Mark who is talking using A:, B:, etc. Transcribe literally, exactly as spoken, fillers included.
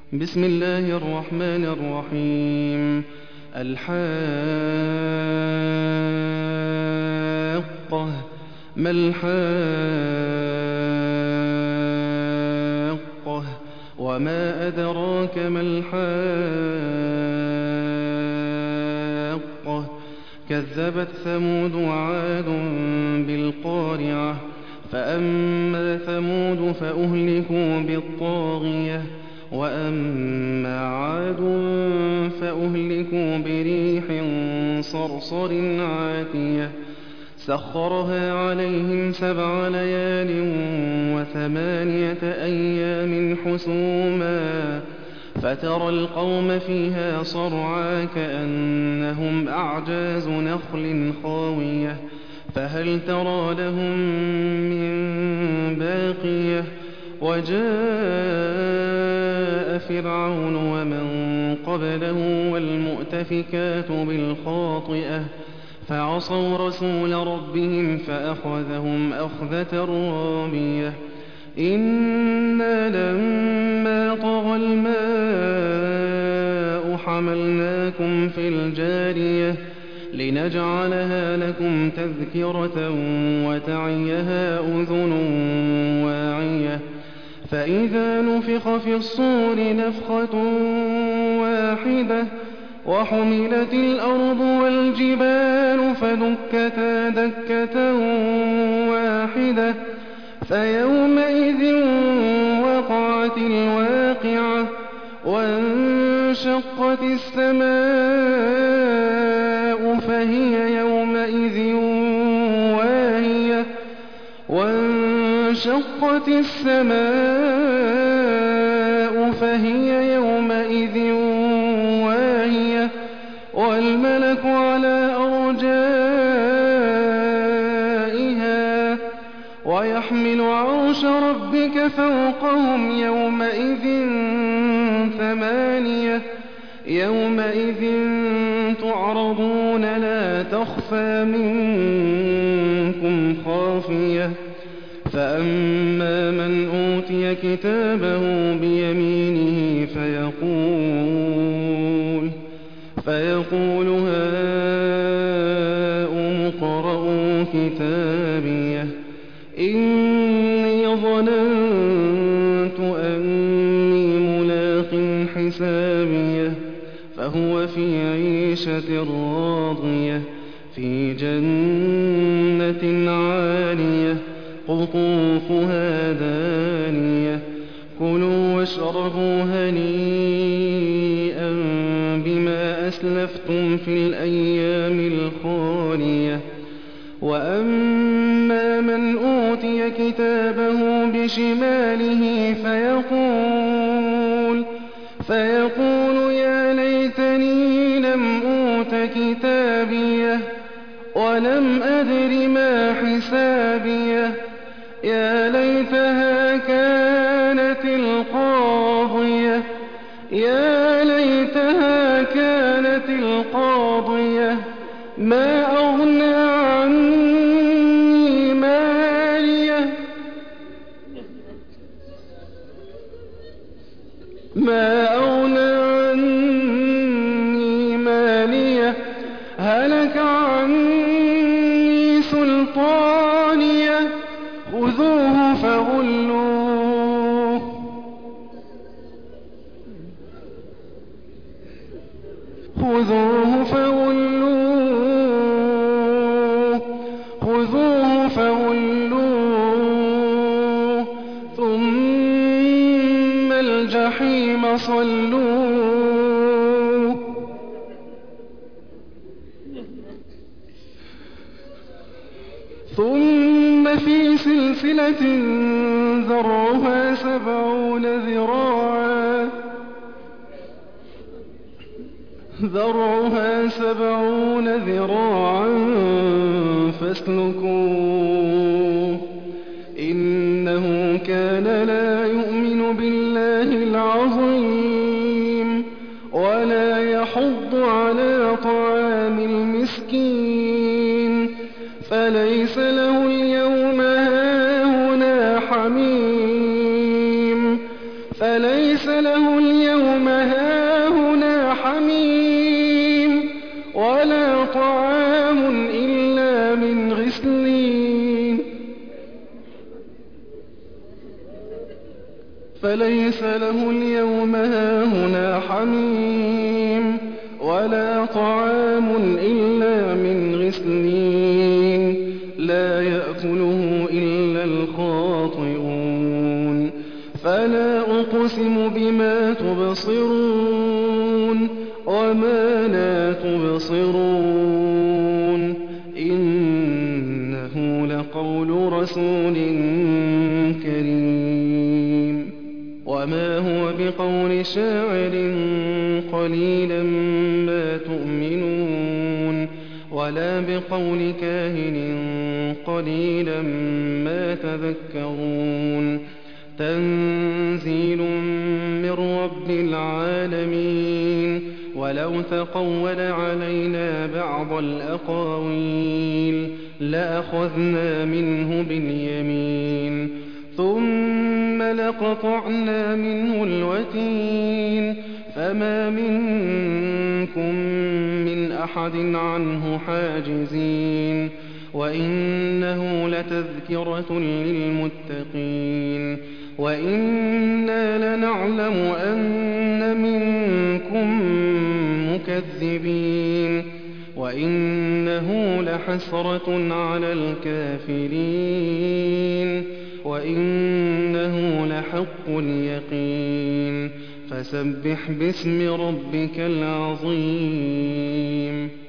A: بسم الله الرحمن الرحيم. الحاقة ما الحاقة وما أدراك ما الحاقة كذبت ثمود وعاد بالقارعة فأما ثمود فأهلكوا بالطاغية وأما عاد فأهلكوا بريح صرصر عاتية سخرها عليهم سبع ليال وثمانية أيام حسوما فترى القوم فيها صرعا كأنهم أعجاز نخل خاوية فهل ترى لهم من باقية وجاء فرعون ومن قبله والمؤتفكات بالخاطئة فعصوا رسول ربهم فأخذهم أخذة رابية إنا لما طغى الماء حملناكم في الجارية لنجعلها لكم تذكرة وتعيها أذن واعية فإذا نفخ في الصور نفخة واحدة وحملت الأرض والجبال فدكتا دكة واحدة فيومئذ وقعت الواقعة وانشقت السماء فهي يومئذ واهية وانشقت السماء فهي يومئذ واهية والملك على أرجائها ويحمل عرش ربك فوقهم يومئذ ثمانية يومئذ تعرضون لا تخفى منكم خافية فأما من أوتي كتابه بيمينه فيقول فيقول هاؤم اقرءوا كتابيه إني ظننت أني ملاق حسابيه فهو في عيشة راضية في جنة عالية قطوفها دانية كلوا واشربوا هنيئا بما أسلفتم في الأيام الخالية وأما من أوتي كتابه بشماله فيقول فيقول يا ليتني لم أوت كتابيه ولم أدر ما حسابيه يا ليتها كانت القاضية يا ليتها كانت القاضية ما أغنى عني ماليه ما أغنى عني ماليه هلك عني سلطانيه خذوه فغلوه خذوه فغلوه خذوه فغلوه ثم الجحيم صلوه ثم في سلسلة ذرعها سبعون ذراعا ذرعها سبعون ذراعا فاسلكوه إنه كان لا يؤمن بالله العظيم ولا يحض على طعام المسكين فليس له اليوم هاهنا حميم فليس له له اليوم هاهنا حميم ولا طعام إلا من غسلين فليس له اليوم هاهنا حميم ولا طعام إلا من غسلين لا يأكله إلا الخاطئون فلا أقسم بما تبصرون وما لا تبصرون إنه لقول رسول كريم وما هو بقول شاعر قليلا ما تؤمنون ولا بقول كاهن قليلا ما تذكرون تنزيل من رب العالمين ولو تقول علينا بعض الأقاويل لأخذنا منه باليمين ثم لقطعنا منه الوتين فما منكم من أحد عنه حاجزين وإنه لتذكرة للمتقين وإنا لنعلم أن منكم مكذبين وإنه لحسرة على الكافرين وإنه لحق اليقين فسبح باسم ربك العظيم